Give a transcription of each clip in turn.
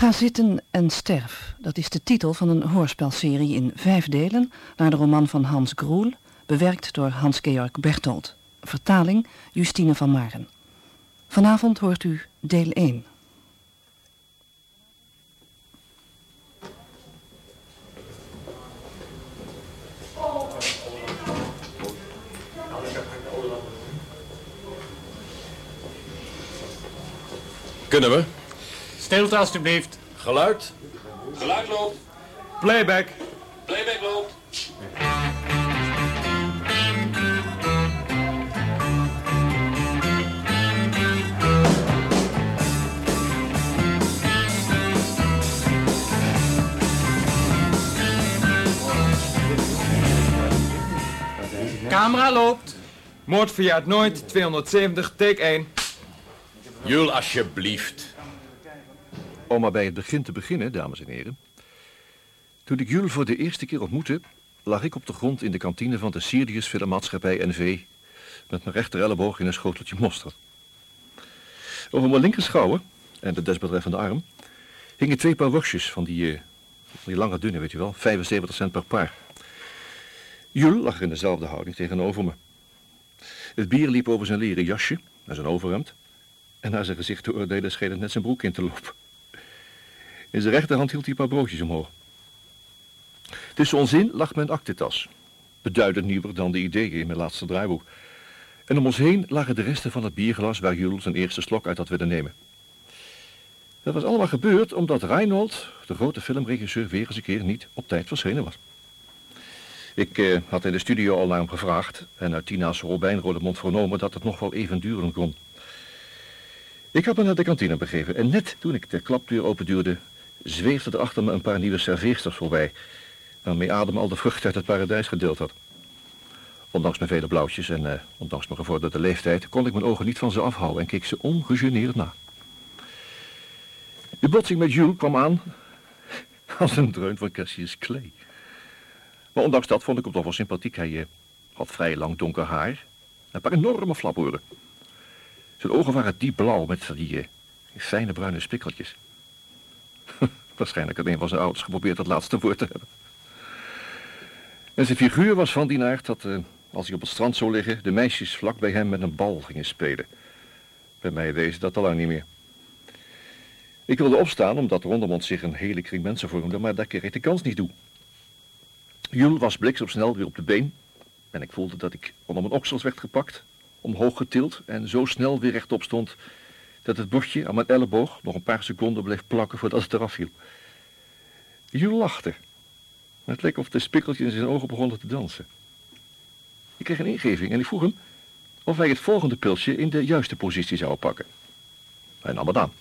Ga zitten en sterf. Dat is de titel van een hoorspelserie in 5 delen... naar de roman van Hans Groel, bewerkt door Hans-Georg Berthold. Vertaling Justine van Maren. Vanavond hoort u deel 1. Kunnen we? Stilte alstublieft. Geluid. Geluid loopt. Playback. Playback loopt. Camera loopt. Moord verjaart nooit, 270, take 1. Jules, alsjeblieft. Om maar bij het begin te beginnen, dames en heren. Toen ik Jules voor de eerste keer ontmoette, lag ik op de grond in de kantine van de Sirius Filmmaatschappij NV... met mijn rechter elleboog in een schoteltje mosterd. Over mijn linkerschouwer en de desbetreffende arm hingen 2 paar worstjes van die lange dunne, weet je wel, 75 cent per paar. Jules lag in dezelfde houding tegenover me. Het bier liep over zijn leren jasje en zijn overhemd. En naar zijn gezicht te oordelen scheen het net zijn broek in te lopen. In zijn rechterhand hield hij een paar broodjes omhoog. Tussen ons in lag mijn aktentas. Beduidend nieuwer dan de ideeën in mijn laatste draaiboek. En om ons heen lagen de resten van het bierglas waar Jules zijn eerste slok uit had willen nemen. Dat was allemaal gebeurd omdat Reinold, de grote filmregisseur, weer eens een keer niet op tijd verschenen was. Ik had in de studio al naar hem gevraagd en uit Tina's robijnrode mond vernomen dat het nog wel even duren kon. Ik had me naar de kantine begeven en net toen ik de klapdeur openduwde, zweefden er achter me een paar nieuwe serveersters voorbij, waarmee Adam al de vrucht uit het paradijs gedeeld had. Ondanks mijn vele blauwtjes en ondanks mijn gevorderde leeftijd kon ik mijn ogen niet van ze afhouden en keek ze ongegeneerd na. De botsing met Jules kwam aan als een dreun van Cassius Clay. Maar ondanks dat vond ik hem toch wel sympathiek. Hij had vrij lang donker haar en een paar enorme flaporen. Zijn ogen waren diep blauw met die fijne bruine spikkeltjes. Waarschijnlijk had een van zijn ouders geprobeerd het laatste woord te hebben. En zijn figuur was van die aard dat, als hij op het strand zou liggen, de meisjes vlak bij hem met een bal gingen spelen. Bij mij wees dat al lang niet meer. Ik wilde opstaan omdat rondom ons zich een hele kring mensen vormde, maar daar kreeg ik de kans niet toe. Jules was bliksemsnel weer op de been en ik voelde dat ik onder mijn oksels werd gepakt, omhoog getild en zo snel weer rechtop stond dat het bordje aan mijn elleboog nog een paar seconden bleef plakken voordat het eraf viel. Jules lachte. Het leek of de spikkeltjes in zijn ogen begonnen te dansen. Ik kreeg een ingeving en ik vroeg hem of wij het volgende pilsje in de juiste positie zouden pakken. Hij nam het aan.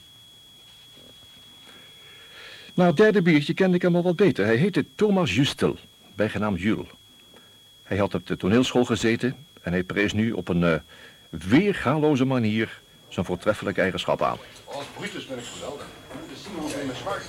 Na het derde biertje kende ik hem al wat beter. Hij heette Thomas Justel, bijgenaamd Jules. Hij had op de toneelschool gezeten en hij prees nu op een weergaloze manier zijn voortreffelijke eigenschap aan. Als Brutus ben ik geweldig. De Simons in mijn zwart.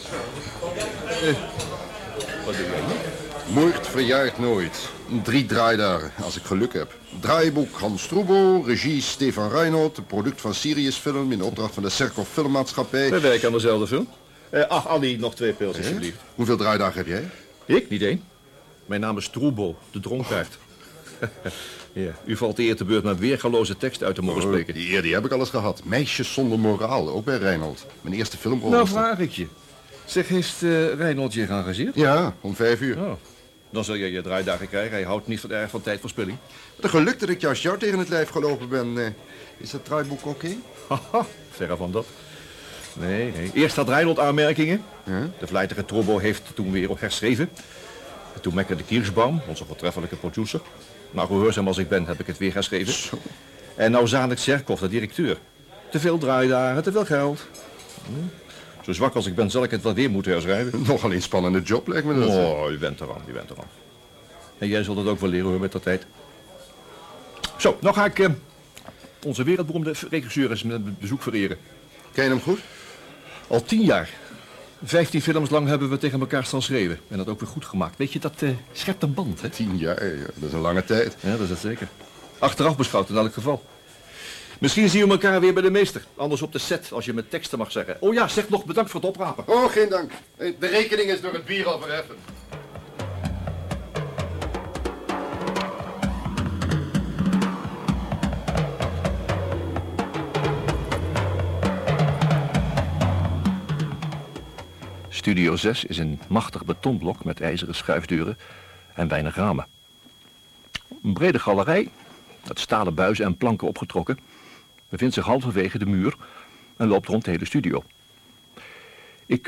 Wat doe jij nu? Moord verjaart nooit. 3 draaidagen, als ik geluk heb. Draaiboek Hans Strubo, regie Stefan Reinold, product van Sirius Film in opdracht van de Cerkel Filmmaatschappij. Wij werken aan dezelfde film. Ach, Annie, nog 2 pils, alsjeblieft. Hoeveel draaidagen heb jij? Ik? Niet 1. Mijn naam is Strubo, de dronkaard. Ja, u valt de eer te beurt met weergaloze tekst uit te mogen spreken. Die eer die heb ik al eens gehad. Meisjes zonder moraal, ook bij Reinold. Mijn eerste filmrol. Nou, vraag ik je. Zeg, heeft Reinold je geëngageerd? Ja, om 5 uur. Oh, dan zul je je draaidagen krijgen. Hij houdt niet erg van tijdverspilling. Het geluk dat ik juist jou tegen het lijf gelopen ben. Is dat draaiboek oké? Haha, verre van dat. Nee. Eerst had Reinold aanmerkingen. Ja? De vlijtige Trobo heeft toen weer herschreven. En toen mekkerde Kirschbaum, onze voortreffelijke producer. Nou, gehoorzaam als ik ben, heb ik het weer herschreven. Zo. En nou Zanik Serkov, de directeur. Te veel draaidagen, te veel geld. Zo zwak als ik ben, zal ik het wel weer moeten herschrijven. Nogal een spannende job, lijkt me dat. Oh, u bent eraan. En jij zult het ook wel leren, hoor, met de tijd. Zo, nou ga ik onze wereldberoemde regisseur eens met een bezoek vereren. Ken je hem goed? Al 10 jaar. 15 films lang hebben we tegen elkaar staan schreeuwen. En dat ook weer goed gemaakt. Weet je, dat schept een band, hè? 10 jaar, ja, dat is een lange tijd. Ja, dat is het zeker. Achteraf beschouwd in elk geval. Misschien zien we elkaar weer bij de meester. Anders op de set, als je met teksten mag zeggen. Oh ja, zeg nog bedankt voor het oprapen. Oh, geen dank. De rekening is door het bier al verheffen. Studio 6 is een machtig betonblok met ijzeren schuifdeuren en weinig ramen. Een brede galerij, met stalen buizen en planken opgetrokken, bevindt zich halverwege de muur en loopt rond de hele studio. Ik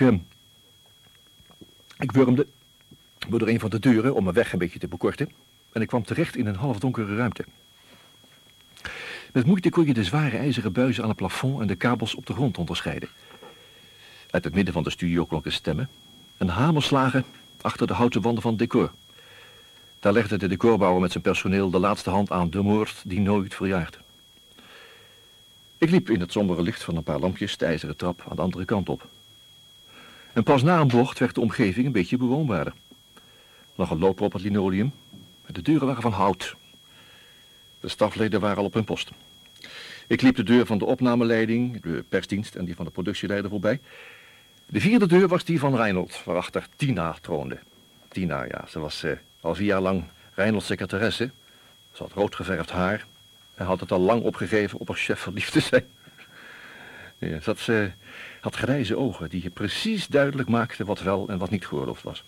wurmde door een van de deuren om mijn weg een beetje te bekorten en ik kwam terecht in een halfdonkere ruimte. Met moeite kon je de zware ijzeren buizen aan het plafond en de kabels op de grond onderscheiden. Uit het midden van de studio klonken stemmen en hamerslagen achter de houten wanden van het decor. Daar legde de decorbouwer met zijn personeel de laatste hand aan de moord die nooit verjaart. Ik liep in het sombere licht van een paar lampjes de ijzeren trap aan de andere kant op. En pas na een bocht werd de omgeving een beetje bewoonbaarder. Er lag een loper op het linoleum en de deuren waren van hout. De stafleden waren al op hun post. Ik liep de deur van de opnameleiding, de persdienst en die van de productieleider voorbij. De vierde deur was die van Reinold, waarachter Tina troonde. Tina, ja, ze was al 4 jaar lang Reinolds secretaresse. Ze had rood geverfd haar en had het al lang opgegeven op haar chef verliefd te zijn. Ja, ze had grijze ogen die je precies duidelijk maakten wat wel en wat niet geoorloofd was.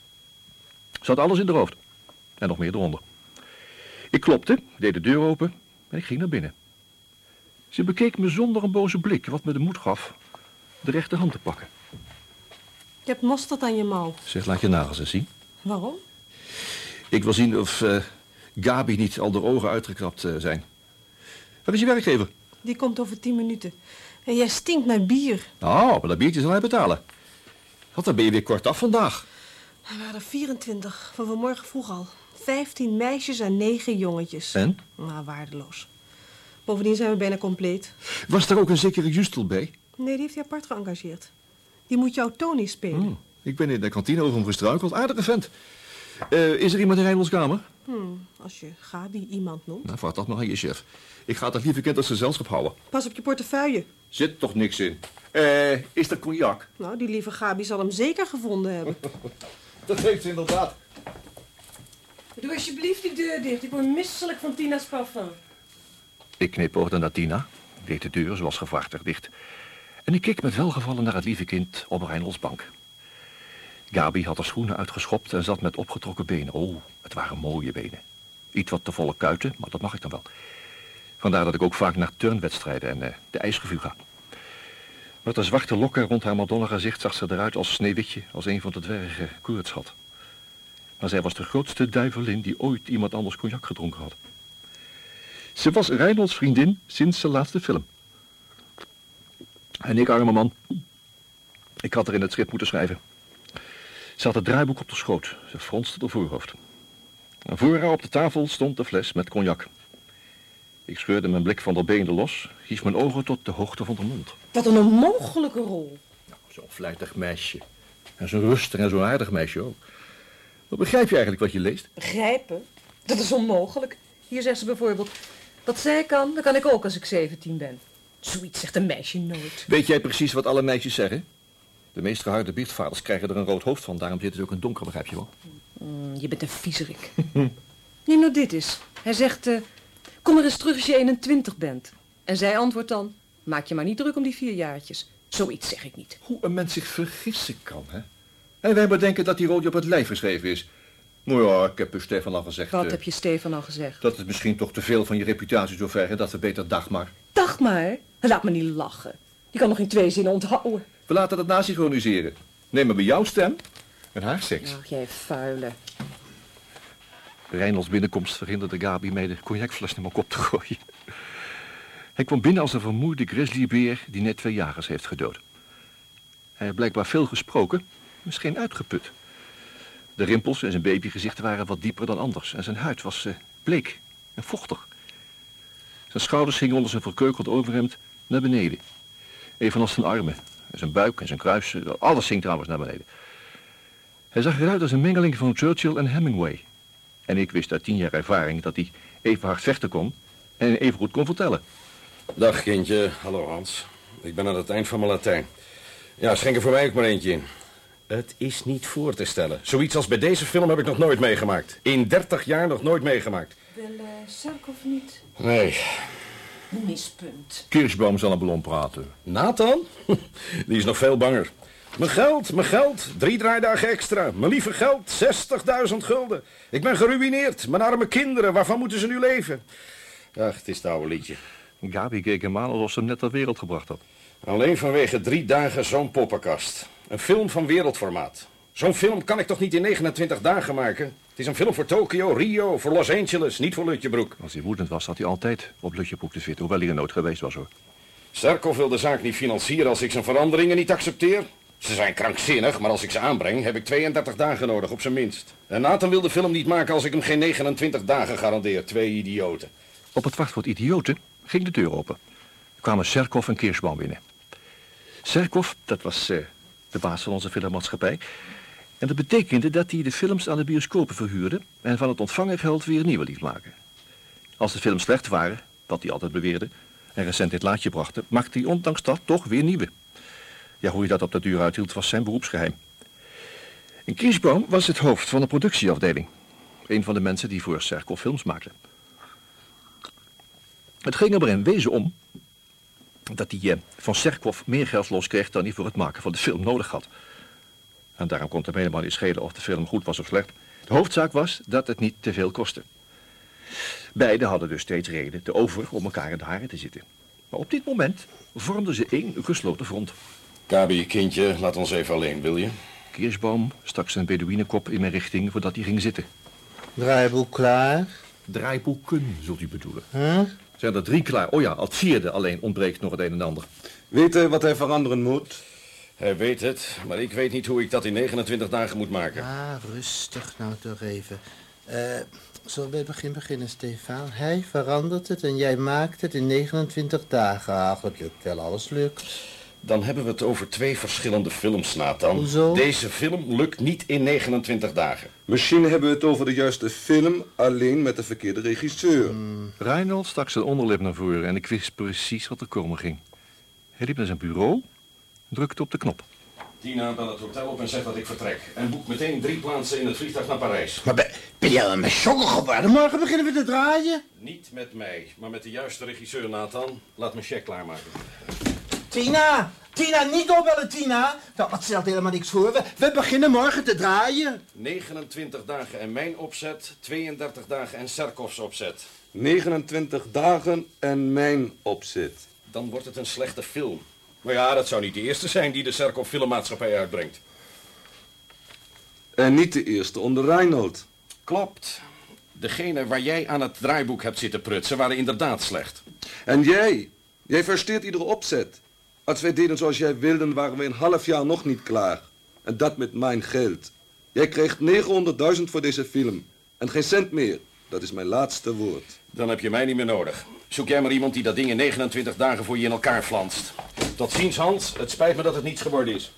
Ze had alles in de hoofd en nog meer eronder. Ik klopte, deed de deur open en ik ging naar binnen. Ze bekeek me zonder een boze blik, wat me de moed gaf de rechterhand te pakken. Je hebt mosterd aan je mouw. Zeg, laat je nagels eens zien. Waarom? Ik wil zien of Gabi niet al de ogen uitgekrapt zijn. Waar is je werkgever? Die komt over 10 minuten. En jij stinkt naar bier. Oh, maar dat biertje zal hij betalen. Want dan ben je weer kort af vandaag. Er waren er 24, van vanmorgen vroeg al. 15 meisjes en 9 jongetjes. En? Nou, waardeloos. Bovendien zijn we bijna compleet. Was daar ook een zekere Justel bij? Nee, die heeft hij apart geëngageerd. Die moet jouw Tony spelen. Oh, ik ben in de kantine over hem gestruikeld. Aardige vent. Is er iemand in Reinolds kamer? Als je Gabi iemand noemt. Nou, vraag dat maar aan je chef. Ik ga dat lieve kind als gezelschap houden. Pas op je portefeuille. Zit toch niks in. Is er cognac? Nou, die lieve Gabi zal hem zeker gevonden hebben. Dat heeft ze inderdaad. Doe alsjeblieft die deur dicht. Ik word misselijk van Tina's parfum. Ik knipoogde naar Tina, deed de deur zoals gevraagd werd dicht. En ik keek met welgevallen naar het lieve kind op Reinolds bank. Gabi had haar schoenen uitgeschopt en zat met opgetrokken benen. Oh, het waren mooie benen. Iets wat te volle kuiten, maar dat mag ik dan wel. Vandaar dat ik ook vaak naar turnwedstrijden en de ijsrevue ga. Met de zwarte lokken rond haar Madonna-gezicht zag ze eruit als Sneeuwwitje, als een van de dwergen koorts had. Maar zij was de grootste duivelin die ooit iemand anders cognac gedronken had. Ze was Reinolds vriendin sinds zijn laatste film. En ik, arme man, ik had er in het schrift moeten schrijven. Ze had het draaiboek op de schoot. Ze fronste de voorhoofd. En voor haar op de tafel stond de fles met cognac. Ik scheurde mijn blik van de benen los, hief mijn ogen tot de hoogte van de mond. Wat een onmogelijke rol. Nou, zo'n vlijtig meisje. En zo'n rustig en zo'n aardig meisje ook. Wat begrijp je eigenlijk wat je leest? Begrijpen? Dat is onmogelijk. Hier zegt ze bijvoorbeeld... Wat zij kan, dat kan ik ook als ik 17 ben. Zoiets zegt een meisje nooit. Weet jij precies wat alle meisjes zeggen? De meest geharde biechtvaders krijgen er een rood hoofd van. Daarom zitten ze ook in het donker, begrijp je wel? Je bent een viezerik. Neem nou dit eens. Hij zegt... kom er eens terug als je 21 bent. En zij antwoordt dan... Maak je maar niet druk om die 4 jaartjes. Zoiets zeg ik niet. Hoe een mens zich vergissen kan, hè? En wij bedenken dat die roodje op het lijf geschreven is. Nou ja, ik heb Stefan al gezegd... Wat heb je Stefan al gezegd? Dat het misschien toch te veel van je reputatie zou vergen, dat we beter Dagmar... Dagmar? Laat me niet lachen. Die kan nog in 2 zinnen onthouden. We laten het nasynchroniseren. Neem maar bij jouw stem en haar seks. Ach, jij vuile. Reinolds binnenkomst verhinderde Gabi mij de cognacfles naar mijn kop te gooien. Hij kwam binnen als een vermoeide grizzlybeer die net 2 jagers heeft gedood. Hij had blijkbaar veel gesproken, misschien uitgeput. De rimpels in zijn babygezicht waren wat dieper dan anders en zijn huid was bleek en vochtig. Zijn schouders hingen onder zijn verkeukeld overhemd naar beneden. Evenals zijn armen en zijn buik en zijn kruis, alles hing trouwens naar beneden. Hij zag eruit als een mengeling van Churchill en Hemingway. En ik wist uit 10 jaar ervaring dat hij even hard vechten kon en even goed kon vertellen. Dag, kindje. Hallo, Hans. Ik ben aan het eind van mijn Latijn. Ja, schenk er voor mij ook maar eentje in. Het is niet voor te stellen. Zoiets als bij deze film heb ik nog nooit meegemaakt. In 30 jaar nog nooit meegemaakt. Wel, Serkov niet? Nee. Mispunt. Kirschbaum zal een ballon praten. Nathan? Die is nog veel banger. Mijn geld. 3 draaidagen extra. Mijn lieve geld, 60.000 gulden. Ik ben geruïneerd. Mijn arme kinderen, waarvan moeten ze nu leven? Ach, het is het oude liedje. Gabi keek hem aan alsof ze hem net ter wereld gebracht had. Alleen vanwege 3 dagen zo'n poppenkast. Een film van wereldformaat. Zo'n film kan ik toch niet in 29 dagen maken? Het is een film voor Tokio, Rio, voor Los Angeles, niet voor Lutjebroek. Als hij woedend was, zat hij altijd op Lutjebroek te zitten, hoewel hij er nooit geweest was, hoor. Serkov wil de zaak niet financieren als ik zijn veranderingen niet accepteer. Ze zijn krankzinnig, maar als ik ze aanbreng, heb ik 32 dagen nodig, op zijn minst. En Nathan wil de film niet maken als ik hem geen 29 dagen garandeer. 2 idioten. Op het wachtwoord idioten ging de deur open. Er kwamen Serkov en Kirschbaum binnen. Serkov, dat was de baas van onze filmmaatschappij. En dat betekende dat hij de films aan de bioscopen verhuurde en van het ontvangen geld weer nieuwe liet maken. Als de films slecht waren, wat hij altijd beweerde, en recent dit laadje brachten, maakte hij ondanks dat toch weer nieuwe. Ja, hoe hij dat op de duur uithield was zijn beroepsgeheim. En Kirschbaum was het hoofd van de productieafdeling. Een van de mensen die voor Serkov films maakte. Het ging er in wezen om dat hij van Serkov meer geld loskreeg dan hij voor het maken van de film nodig had. En daarom kon het hem helemaal niet schelen of de film goed was of slecht. De hoofdzaak was dat het niet te veel kostte. Beiden hadden dus steeds reden te over om elkaar in de haren te zitten. Maar op dit moment vormden ze één gesloten front. Gabi, kindje, laat ons even alleen, wil je? Kirschbaum stak zijn beduïnenkop in mijn richting voordat hij ging zitten. Draaiboek klaar? Draaiboeken, zult u bedoelen. Huh? Zijn er 3 klaar? Oh ja, het 4e alleen ontbreekt nog het een en ander. Weet hij wat hij veranderen moet? Hij weet het, maar ik weet niet hoe ik dat in 29 dagen moet maken. Ah, rustig nou toch even. Zullen we bij het begin beginnen, Stefan? Hij verandert het en jij maakt het in 29 dagen. Ach, dat lukt wel, alles lukt. Dan hebben we het over 2 verschillende films, Nathan. Hoezo? Deze film lukt niet in 29 dagen. Misschien hebben we het over de juiste film, alleen met de verkeerde regisseur. Reinhold stak zijn onderlip naar voren en ik wist precies wat er komen ging. Hij liep naar zijn bureau, drukte op de knop. Tina, bel het hotel op en zeg dat ik vertrek. En boek meteen 3 plaatsen in het vliegtuig naar Parijs. Maar ben jij al met schokken geworden? Morgen beginnen we te draaien. Niet met mij, maar met de juiste regisseur, Nathan. Laat mijn cheque klaarmaken. Tina! Tina, niet opbellen, Tina! Dat stelt helemaal niks voor. We beginnen morgen te draaien. 29 dagen en mijn opzet, 32 dagen en Serkovs opzet. 29 dagen en mijn opzet. Dan wordt het een slechte film. Maar ja, dat zou niet de eerste zijn die de Serkov Filmmaatschappij uitbrengt. En niet de eerste onder Reinhold. Klopt. Degene waar jij aan het draaiboek hebt zitten prutsen waren inderdaad slecht. En jij versteert iedere opzet. Als wij deden zoals jij wilde, waren we in een half jaar nog niet klaar. En dat met mijn geld. Jij kreeg 900.000 voor deze film. En geen cent meer. Dat is mijn laatste woord. Dan heb je mij niet meer nodig. Zoek jij maar iemand die dat ding in 29 dagen voor je in elkaar flanst. Tot ziens, Hans. Het spijt me dat het niets geworden is.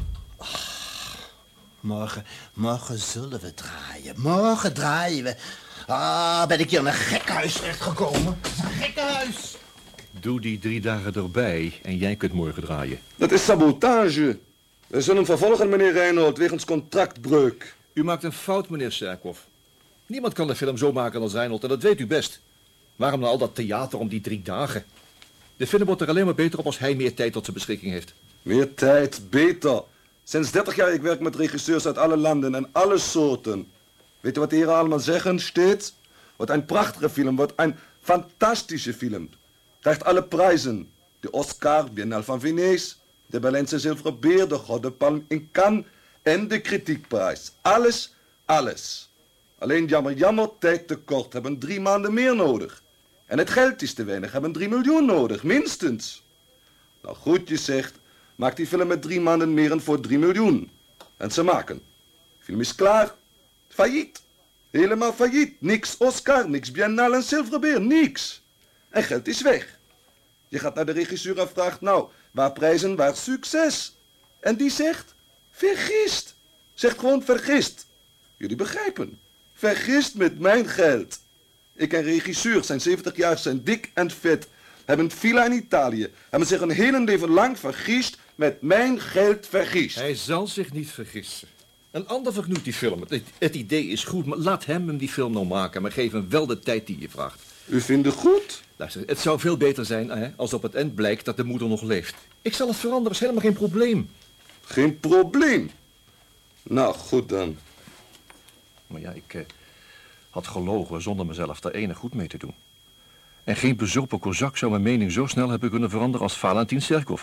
Morgen zullen we draaien. Morgen draaien we. Ah, ben ik hier in een gekkenhuis terechtgekomen. Een gekkenhuis. Doe die 3 dagen erbij en jij kunt morgen draaien. Dat is sabotage. We zullen vervolgen, meneer Reinhold, wegens contractbreuk. U maakt een fout, meneer Serkov. Niemand kan de film zo maken als Reinhold en dat weet u best. Waarom dan al dat theater om die 3 dagen? De film wordt er alleen maar beter op als hij meer tijd tot zijn beschikking heeft. Meer tijd, beter. Sinds 30 jaar ik werk met regisseurs uit alle landen en alle soorten. Weet je wat de heren allemaal zeggen steeds? Wat een prachtige film, wat een fantastische film. Krijgt alle prijzen. De Oscar, Biennale van Venetië, de Berlijnse Zilveren Beer, de Gouden Palm in Cannes en de Kritiekprijs. Alles, alles. Alleen jammer, tijd te kort, hebben 3 maanden meer nodig. En het geld is te weinig, hebben 3 miljoen nodig, minstens. Nou goed, je zegt, maak die film met 3 maanden meer en voor 3 miljoen. En ze maken. Film is klaar. Failliet. Helemaal failliet. Niks Oscar, niks Biennale en Zilveren Beer, niks. En geld is weg. Je gaat naar de regisseur en vraagt, nou, waar prijzen, waar succes? En die zegt, vergist. Zegt gewoon vergist. Jullie begrijpen. Vergist met mijn geld. Ik en regisseur zijn 70 jaar, zijn dik en vet. hebben een villa in Italië, hebben zich een hele leven lang vergist met mijn geld vergist. Hij zal zich niet vergissen. Een ander vergnoegt die film. Het idee is goed, maar laat hem die film nou maken. Maar geef hem wel de tijd die je vraagt. U vindt het goed? Luister, het zou veel beter zijn als op het eind blijkt dat de moeder nog leeft. Ik zal het veranderen, is helemaal geen probleem. Geen probleem? Nou, goed dan. Maar ja, ik had gelogen zonder mezelf daar enig goed mee te doen. En geen bezopen kozak zou mijn mening zo snel hebben kunnen veranderen als Valentin Serkov.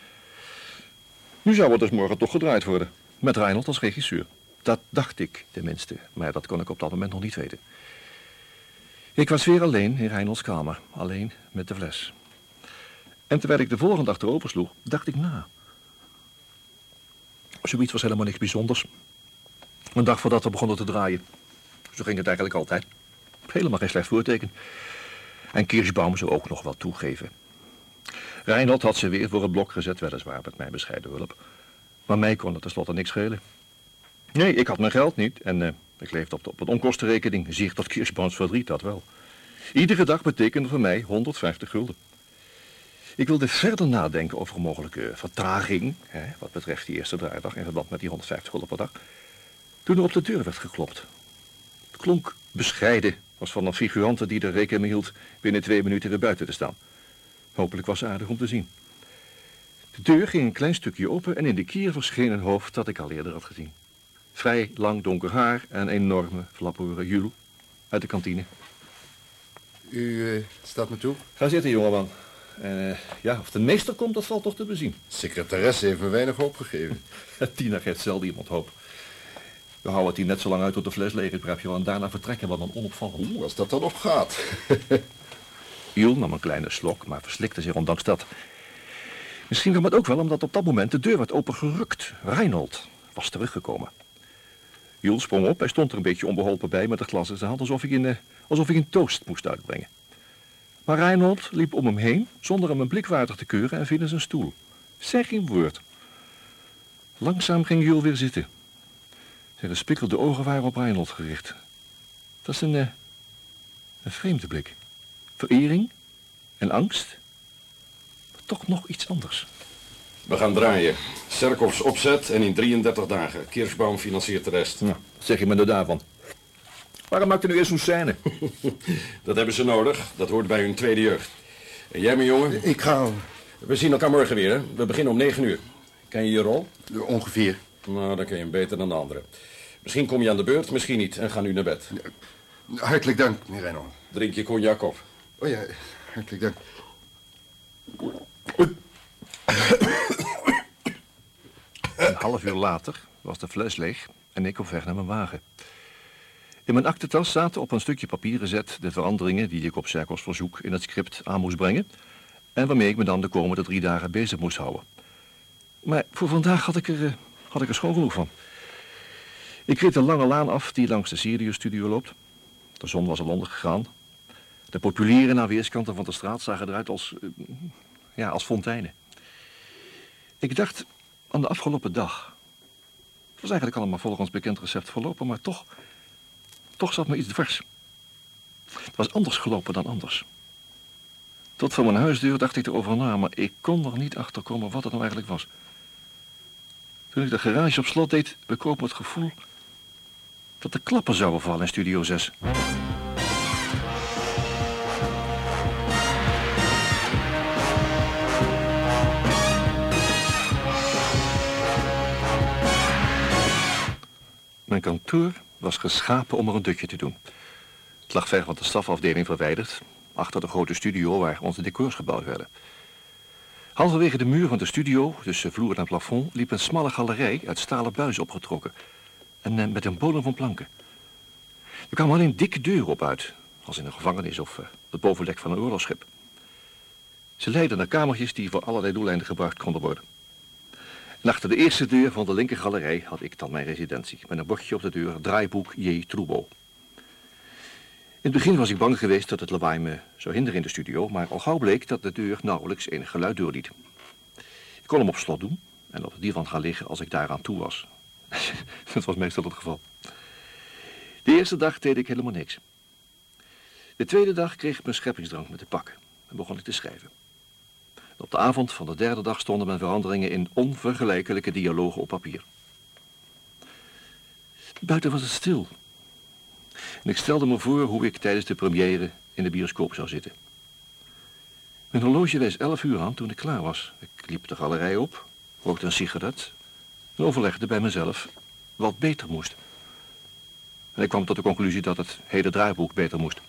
Nu zou het dus morgen toch gedraaid worden. Met Reinhold als regisseur. Dat dacht ik tenminste, maar dat kon ik op dat moment nog niet weten. Ik was weer alleen in Reinholds kamer, alleen met de fles. En terwijl ik de volgende dag erover sloeg, dacht ik na. Zoiets was helemaal niks bijzonders. Een dag voordat we begonnen te draaien. Zo ging het eigenlijk altijd. Helemaal geen slecht voorteken. En Kirschbaum zou ook nog wat toegeven. Reinhold had ze weer voor het blok gezet, weliswaar met mijn bescheiden hulp. Maar mij kon het tenslotte niks schelen. Nee, ik had mijn geld niet en ik leefde op een onkostenrekening. Zeer tot Kirschbaums verdriet, dat wel. Iedere dag betekende voor mij 150 gulden. Ik wilde verder nadenken over een mogelijke vertraging, wat betreft die eerste draaidag in verband met die 150 gulden per dag. Toen er op de deur werd geklopt. Het klonk bescheiden, was van een figurante die er rekening mee hield binnen 2 minuten weer buiten te staan. Hopelijk was ze aardig om te zien. De deur ging een klein stukje open en in de kier verscheen een hoofd dat ik al eerder had gezien. Vrij lang donker haar en een enorme flappere Jules uit de kantine. U staat me toe? Ga zitten, jongeman. Ja, of de meester komt, dat valt toch te bezien. Secretaresse heeft me weinig hoop gegeven. Tina geeft zelden iemand hoop. We houden het hier net zo lang uit tot de fles leeg is, begrijp je wel, en daarna vertrekken we dan onopvallend. Als dat dan nog gaat. Jules nam een kleine slok, maar verslikte zich ondanks dat. Misschien kwam het ook wel omdat op dat moment de deur werd opengerukt. Reinhold was teruggekomen. Jules sprong op, hij stond er een beetje onbeholpen bij met een glas in zijn hand, alsof ik een toast moest uitbrengen. Maar Reinhold liep om hem heen, zonder hem een blik waardig te keuren en viel in zijn stoel. Zeg geen woord. Langzaam ging Jules weer zitten. Zijn gespikkelde ogen waren op Reinhold gericht. Het was een vreemde blik. Verering en angst, maar toch nog iets anders. We gaan draaien. Serkovs opzet en in 33 dagen. Kirschbaum financiert de rest. Nou, wat zeg je me er daarvan? Waarom maakt er nu eerst zo'n scène? Dat hebben ze nodig. Dat hoort bij hun tweede jeugd. En jij, mijn jongen? Ik ga... We zien elkaar morgen weer, hè? We beginnen om 9 uur. Ken je je rol? Ongeveer. Nou, dan ken je hem beter dan de anderen. Misschien kom je aan de beurt, misschien niet. En ga nu naar bed. Hartelijk dank, meneer Reinhold. Drink je cognac op. Oh ja, hartelijk dank. Een half uur later was de fles leeg en ik op weg naar mijn wagen. In mijn aktentas zaten op een stukje papier gezet de veranderingen die ik op Serkovs verzoek in het script aan moest brengen en waarmee ik me dan de komende 3 dagen bezig moest houden. Maar voor vandaag had ik er schoon genoeg van. Ik reed de lange laan af die langs de Sirius-studio loopt. De zon was al ondergegaan. De populieren aan weerskanten van de straat zagen eruit als fonteinen. Ik dacht aan de afgelopen dag. Het was eigenlijk allemaal volgens bekend recept verlopen, maar toch zat me iets dwars. Het was anders gelopen dan anders. Tot voor mijn huisdeur dacht ik erover na, maar ik kon er niet achter komen wat het nou eigenlijk was. Toen ik de garage op slot deed, bekroop me het gevoel dat de klappen zouden vallen in Studio 6. Mijn kantoor was geschapen om er een dutje te doen. Het lag ver van de stafafdeling verwijderd, achter de grote studio waar onze decors gebouwd werden. Halverwege de muur van de studio, tussen vloer en plafond, liep een smalle galerij uit stalen buizen opgetrokken. En met een bodem van planken. Er kwamen alleen dikke deuren op uit, als in een gevangenis of het bovendek van een oorlogsschip. Ze leidden naar kamertjes die voor allerlei doeleinden gebruikt konden worden. En achter de eerste deur van de linkergalerij had ik dan mijn residentie, met een bordje op de deur, draaiboek J. Trubo. In het begin was ik bang geweest dat het lawaai me zou hinderen in de studio, maar al gauw bleek dat de deur nauwelijks enig geluid doorliet. Ik kon hem op slot doen en op de divan gaan liggen als ik daaraan toe was. Dat was meestal het geval. De eerste dag deed ik helemaal niks. De tweede dag kreeg ik mijn scheppingsdrank met te pakken. en begon ik te schrijven. Op de avond van de derde dag stonden mijn veranderingen in onvergelijkelijke dialogen op papier. Buiten was het stil. En ik stelde me voor hoe ik tijdens de première in de bioscoop zou zitten. Mijn horloge wees 11 uur aan toen ik klaar was. Ik liep de galerij op, rookte een sigaret en overlegde bij mezelf wat beter moest. En ik kwam tot de conclusie dat het hele draaiboek beter moest.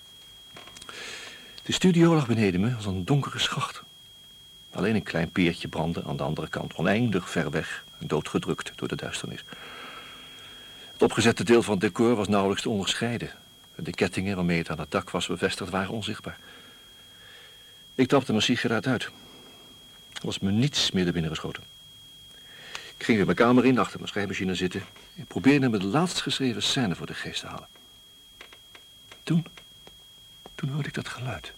De studio lag beneden me als een donkere schacht. Alleen een klein peertje brandde aan de andere kant, oneindig ver weg en doodgedrukt door de duisternis. Het opgezette deel van het decor was nauwelijks te onderscheiden. De kettingen waarmee het aan het dak was bevestigd waren onzichtbaar. Ik trapte mijn sigaret uit. Er was me niets meer naar binnen geschoten. Ik ging weer mijn kamer in, achter mijn schrijfmachine zitten. Ik probeerde me de laatst geschreven scène voor de geest te halen. Toen hoorde ik dat geluid.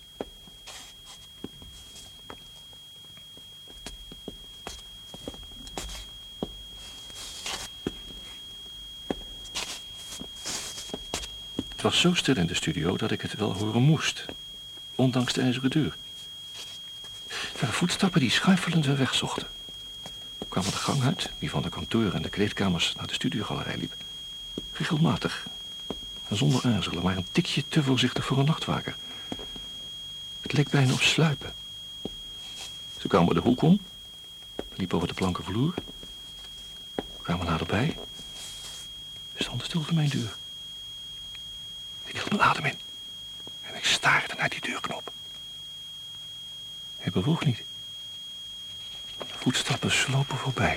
Het was zo stil in de studio dat ik het wel horen moest, ondanks de ijzeren deur. Het waren voetstappen die schuifelend weer wegzochten. We kwamen de gang uit, die van de kantoor en de kleedkamers naar de studiogalerij liep. Regelmatig en zonder aarzelen, maar een tikje te voorzichtig voor een nachtwaker. Het leek bijna op sluipen. Ze kwamen de hoek om, liepen over de planken vloer, kwamen naderbij, stonden stil voor mijn deur. Ik hield mijn adem in en ik staarde naar die deurknop. Hij bewoog niet. Voetstappen slopen voorbij.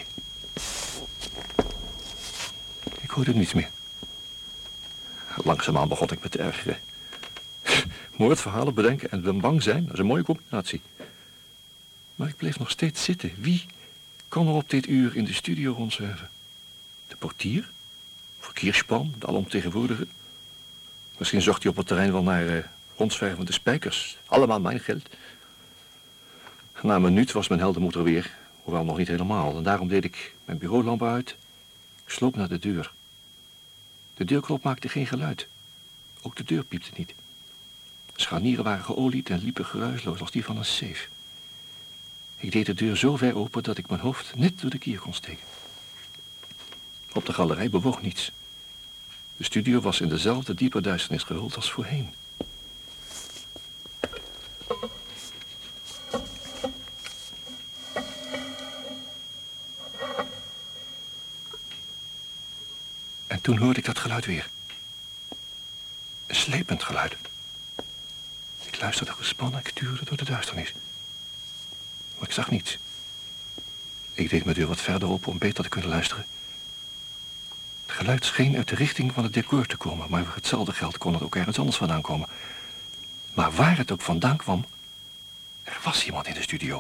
Ik hoorde niets meer. Langzaamaan begon ik me te ergeren. Moordverhalen bedenken en bang zijn, dat is een mooie combinatie. Maar ik bleef nog steeds zitten. Wie kan er op dit uur in de studio rondzwerven? De portier? Verkeerspan, de alomtegenwoordige? Misschien zocht hij op het terrein wel naar rondzwervende spijkers. Allemaal mijn geld. Na een minuut was mijn heldenmoed er weer, hoewel nog niet helemaal. En daarom deed ik mijn bureaulamp uit. Ik sloop naar de deur. De deurklop maakte geen geluid. Ook de deur piepte niet. De scharnieren waren geolied en liepen geruisloos als die van een safe. Ik deed de deur zo ver open dat ik mijn hoofd net door de kier kon steken. Op de galerij bewoog niets. De studio was in dezelfde diepe duisternis gehuld als voorheen. En toen hoorde ik dat geluid weer. Een slepend geluid. Ik luisterde gespannen, ik tuurde door de duisternis. Maar ik zag niets. Ik deed mijn deur wat verder open om beter te kunnen luisteren. Het geluid scheen uit de richting van het decor te komen, maar voor hetzelfde geld kon het ook ergens anders vandaan komen. Maar waar het ook vandaan kwam, er was iemand in de studio.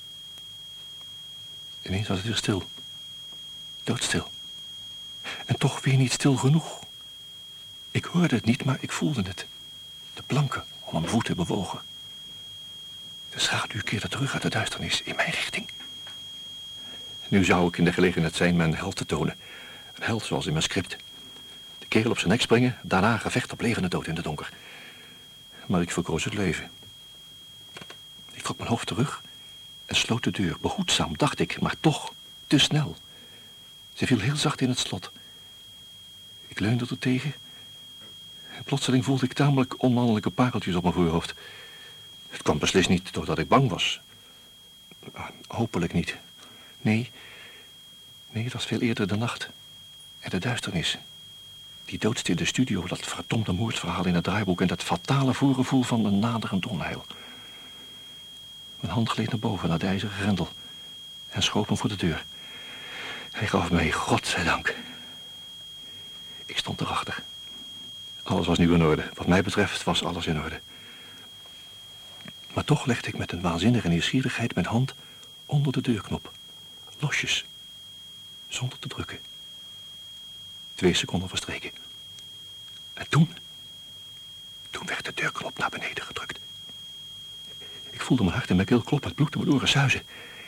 Ineens was het weer stil. Doodstil. En toch weer niet stil genoeg. Ik hoorde het niet, maar ik voelde het. De planken om mijn voeten bewogen. De schaduw keerde terug uit de duisternis in mijn richting. Nu zou ik in de gelegenheid zijn mijn held te tonen. Een held zoals in mijn script. De kerel op zijn nek springen, daarna een gevecht op levende dood in de donker. Maar ik verkoos het leven. Ik trok mijn hoofd terug en sloot de deur. Behoedzaam, dacht ik, maar toch te snel. Ze viel heel zacht in het slot. Ik leunde er tegen. En plotseling voelde ik tamelijk onmannelijke pareltjes op mijn voorhoofd. Het kwam beslist niet doordat ik bang was. Hopelijk niet. Nee, het was veel eerder de nacht. En de duisternis. Die doodstille studio, dat verdomde moordverhaal in het draaiboek en dat fatale voorgevoel van een naderend onheil. Mijn hand gleed naar boven, naar de ijzeren grendel. En schoof hem voor de deur. Hij gaf mij, godzijdank. Ik stond erachter. Alles was nu in orde. Wat mij betreft was alles in orde. Maar toch legde ik met een waanzinnige nieuwsgierigheid mijn hand onder de deurknop. Losjes. Zonder te drukken. 2 seconden verstreken. En toen werd de deurknop naar beneden gedrukt. Ik voelde mijn hart in mijn keel kloppen, het bloed in mijn oren suizen.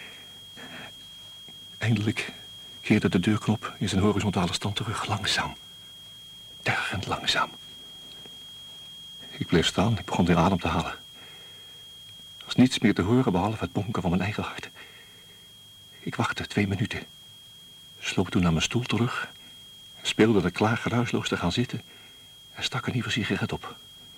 Eindelijk keerde de deurknop in zijn horizontale stand terug, langzaam. Tergend langzaam. Ik bleef staan, ik begon weer adem te halen. was niets meer te horen behalve het bonken van mijn eigen hart. Ik wachtte 2 minuten. Sloop toen naar mijn stoel terug. Speelde er klaar geruisloos te gaan zitten. En stak een nieuwe sigaret op.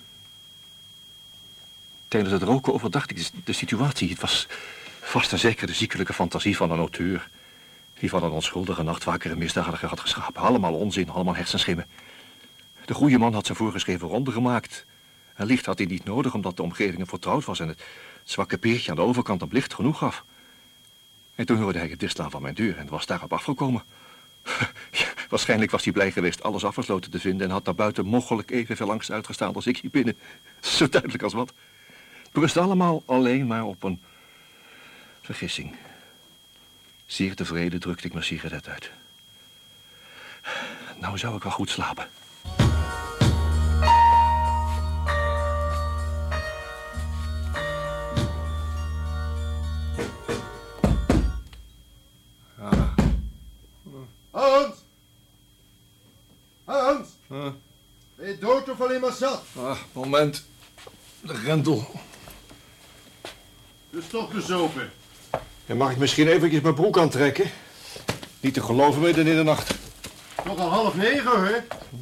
Tijdens het roken overdacht ik de situatie. Het was vast en zeker de ziekelijke fantasie van een auteur. Die van een onschuldige nachtwaker misdadiger had geschapen. Allemaal onzin, allemaal hersenschimmen. De goede man had zijn voorgeschreven ronde gemaakt. En licht had hij niet nodig omdat de omgeving hem vertrouwd was en het zwakke peertje aan de overkant hem licht genoeg gaf. En toen hoorde hij het dichtslaan van mijn deur en was daarop afgekomen. Ja, waarschijnlijk was hij blij geweest alles afgesloten te vinden en had daar buiten mogelijk evenveel angst uitgestaan als ik hier binnen. Zo duidelijk als wat. Het berust allemaal alleen maar op een vergissing. Zeer tevreden drukte ik mijn sigaret uit. Nou zou ik wel goed slapen. Hans! Hans! Ben je dood of alleen maar zat? Moment. De grendel. Dus toch gezopen. Ja, mag ik misschien eventjes mijn broek aantrekken? Niet te geloven midden in de nacht. Nog al 8:30, hoor.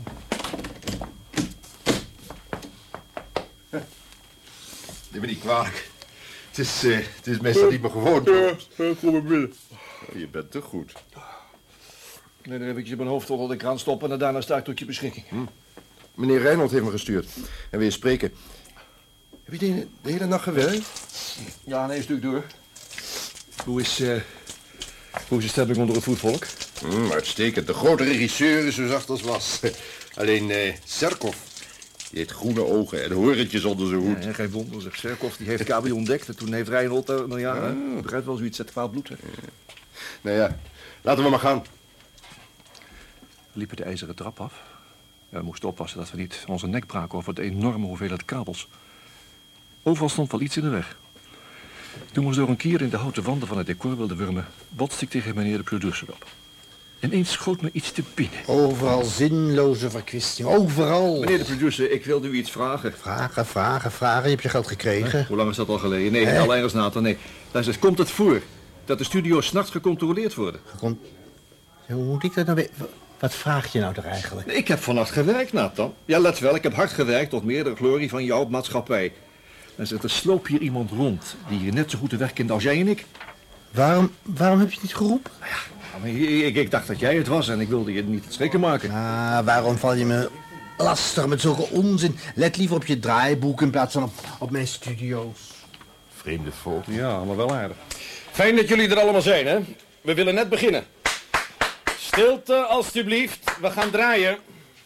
Neem me niet kwalijk. Het is meestal niet meer gewoon. Kom maar binnen. Je bent te goed. Nee, dan eventjes mijn hoofd onder de kraan stoppen en daarna sta ik tot je beschikking. Meneer Reinold heeft me gestuurd. En wil je spreken. Heb je de hele nacht gewerkt? Ja, een stuk door. Hoe is de stemming onder het voetvolk? Uitstekend. De grote regisseur is zo zacht als was. Alleen Serkov, die heeft groene ogen en horentjes onder zijn hoed. Ja, geen wonder, zegt Serkov. Die heeft KB ontdekt en toen heeft Reinold, nou ja, begrijpt wel zoiets, zet kwaad bloed. Hè. Nou ja, laten we maar gaan. We liepen de ijzeren trap af. Ja, we moesten oppassen dat we niet onze nek braken over de enorme hoeveelheid kabels. Overal stond wel iets in de weg. Toen we ons door een kier in de houten wanden van het decor wilden wurmen, botste ik tegen meneer de producer op. Ineens schoot me iets te binnen. Overal zinloze verkwisting, overal. Meneer de producer, ik wilde u iets vragen. Vragen. Je hebt je geld gekregen. Hoe lang is dat al geleden? Nee, al ergens na. Nee. Luister, komt het voor dat de studio's 's nachts gecontroleerd worden? Hoe moet ik dat nou weten? Wat vraag je nou toch eigenlijk? Ik heb vannacht gewerkt, Nathan. Ja, let wel, ik heb hard gewerkt tot meerdere glorie van jouw maatschappij. En er sloop hier iemand rond die hier net zo goed te werk kende als jij en ik. Waarom heb je het niet geroepen? Ik dacht dat jij het was en ik wilde je niet schrikken maken. Waarom val je me lastig met zulke onzin? Let liever op je draaiboek in plaats van op mijn studio's. Vreemde volk. Ja, maar wel aardig. Fijn dat jullie er allemaal zijn, hè? We willen net beginnen. Stilte, alstublieft. We gaan draaien.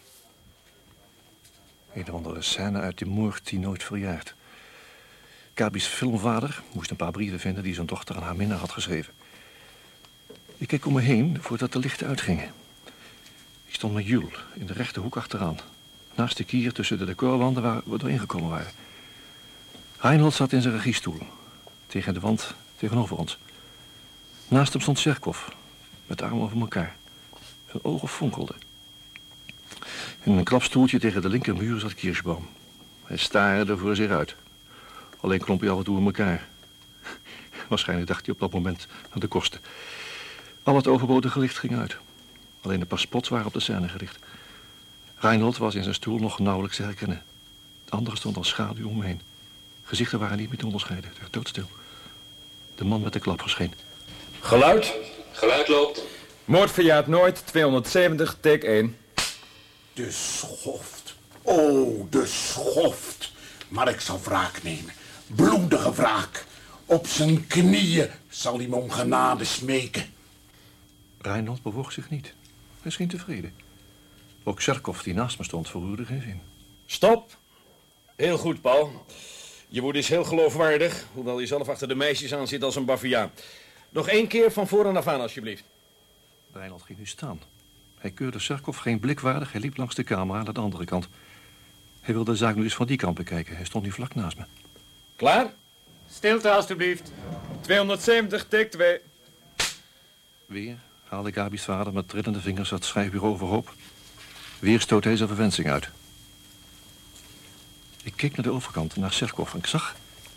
Een of andere scène uit de moord die nooit verjaart. Kabi's filmvader moest een paar brieven vinden die zijn dochter aan haar minnaar had geschreven. Ik keek om me heen voordat de lichten uitgingen. Ik stond met Jules in de rechterhoek achteraan. Naast de kier tussen de decorwanden waar we doorheen gekomen waren. Reinold zat in zijn regiestoel. Tegen de wand tegenover ons. Naast hem stond Serkov. Met de armen over elkaar. Zijn ogen fonkelden. In een klapstoeltje tegen de linkermuur zat Kirschbaum. Hij staarde voor zich uit. Alleen klomp hij af en toe in elkaar. Waarschijnlijk dacht hij op dat moment aan de kosten. Al het overbodige licht ging uit. Alleen een paar spots waren op de scène gericht. Reinold was in zijn stoel nog nauwelijks te herkennen. De anderen stonden als schaduw om hem heen. Gezichten waren niet meer te onderscheiden. Het werd doodstil. De man met de klap verscheen. Geluid. Geluid loopt. Moord verjaart nooit, 270, take 1. De schoft. Oh, de schoft. Maar ik zal wraak nemen. Bloedige wraak. Op zijn knieën zal hij me om genade smeken. Reinold bewoog zich niet. Hij scheen tevreden. Ook Serkov, die naast me stond, verroerde geen zin. Stop. Heel goed, Paul. Je woede is heel geloofwaardig, hoewel je zelf achter de meisjes aan zit als een baviaan. Nog 1 keer van voren af aan, alsjeblieft. Reinold ging nu staan. Hij keurde Serkov geen blik waardig. Hij liep langs de camera naar de andere kant. Hij wilde de zaak nu eens van die kant bekijken. Hij stond nu vlak naast me. Klaar? Stilte, alstublieft. 270, take 2. Weer haalde Gabi's vader met trillende vingers het schrijfbureau overhoop. Weer stoot hij zijn verwensing uit. Ik keek naar de overkant, naar Serkov, en ik zag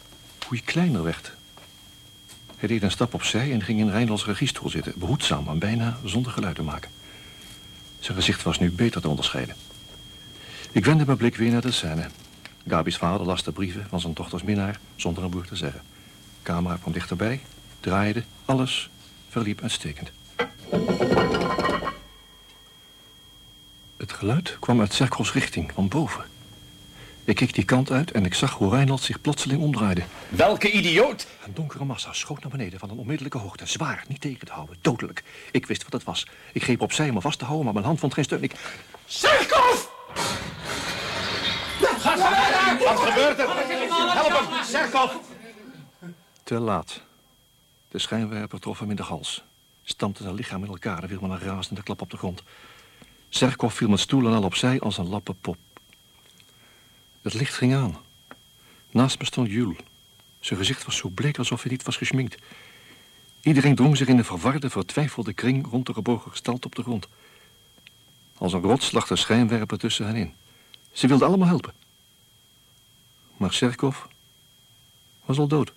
hoe hij kleiner werd. Hij deed een stap opzij en ging in Reinholds regiestoel zitten, behoedzaam en bijna zonder geluid te maken. Zijn gezicht was nu beter te onderscheiden. Ik wendde mijn blik weer naar de scène. Gabi's vader las de brieven van zijn dochters minnaar zonder een woord te zeggen. De camera kwam dichterbij, draaide, alles verliep uitstekend. Het geluid kwam uit Cercos richting, van boven. Ik keek die kant uit en ik zag hoe Reinhold zich plotseling omdraaide. Welke idioot! Een donkere massa schoot naar beneden van een onmiddellijke hoogte. Zwaar, niet tegen te houden, dodelijk. Ik wist wat het was. Ik greep opzij om me vast te houden, maar mijn hand vond geen steun. Cerkov! Wat gebeurt er? Help hem, Cerkov! Te laat. De schijnwerper trof hem in de hals. Stampte zijn lichaam in elkaar en viel met een razende klap op de grond. Cerkov viel met stoel en al opzij als een lappe pop. Het licht ging aan. Naast me stond Jules. Zijn gezicht was zo bleek alsof hij niet was geschminkt. Iedereen drong zich in een verwarde, vertwijfelde kring rond de gebogen gestalte op de grond. Als een rots lag de schijnwerper tussen hen in. Ze wilden allemaal helpen. Maar Cerkov was al dood.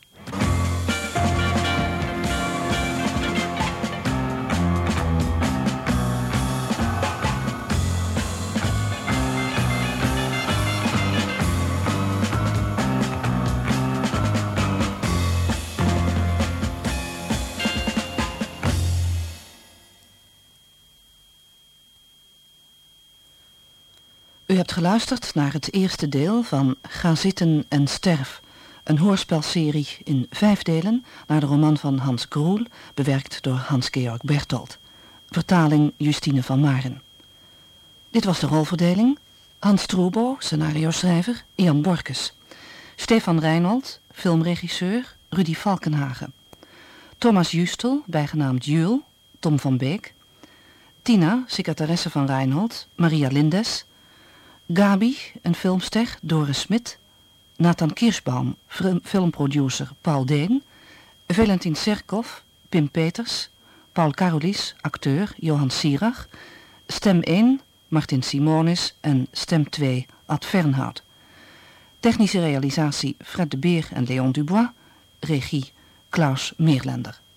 U hebt geluisterd naar het eerste deel van Ga zitten en sterf. Een hoorspelserie in 5 delen naar de roman van Hans Groel, bewerkt door Hans-Georg Berthold. Vertaling Justine van Maren. Dit was de rolverdeling. Hans Troubo, scenario-schrijver, Ian Borkes. Stefan Reinhold, filmregisseur, Rudy Valkenhagen. Thomas Justel, bijgenaamd Jules, Tom van Beek. Tina, secretaresse van Reinhold, Maria Lindes. Gabi, een filmster, Doris Smit. Nathan Kirschbaum, filmproducer, Paul Deen. Valentin Cerkov, Pim Peters. Paul Carolis, acteur, Johan Sierach. Stem 1, Martin Simonis en stem 2, Ad Fernhout. Technische realisatie Fred de Beer en Léon Dubois. Regie Klaus Meerlender.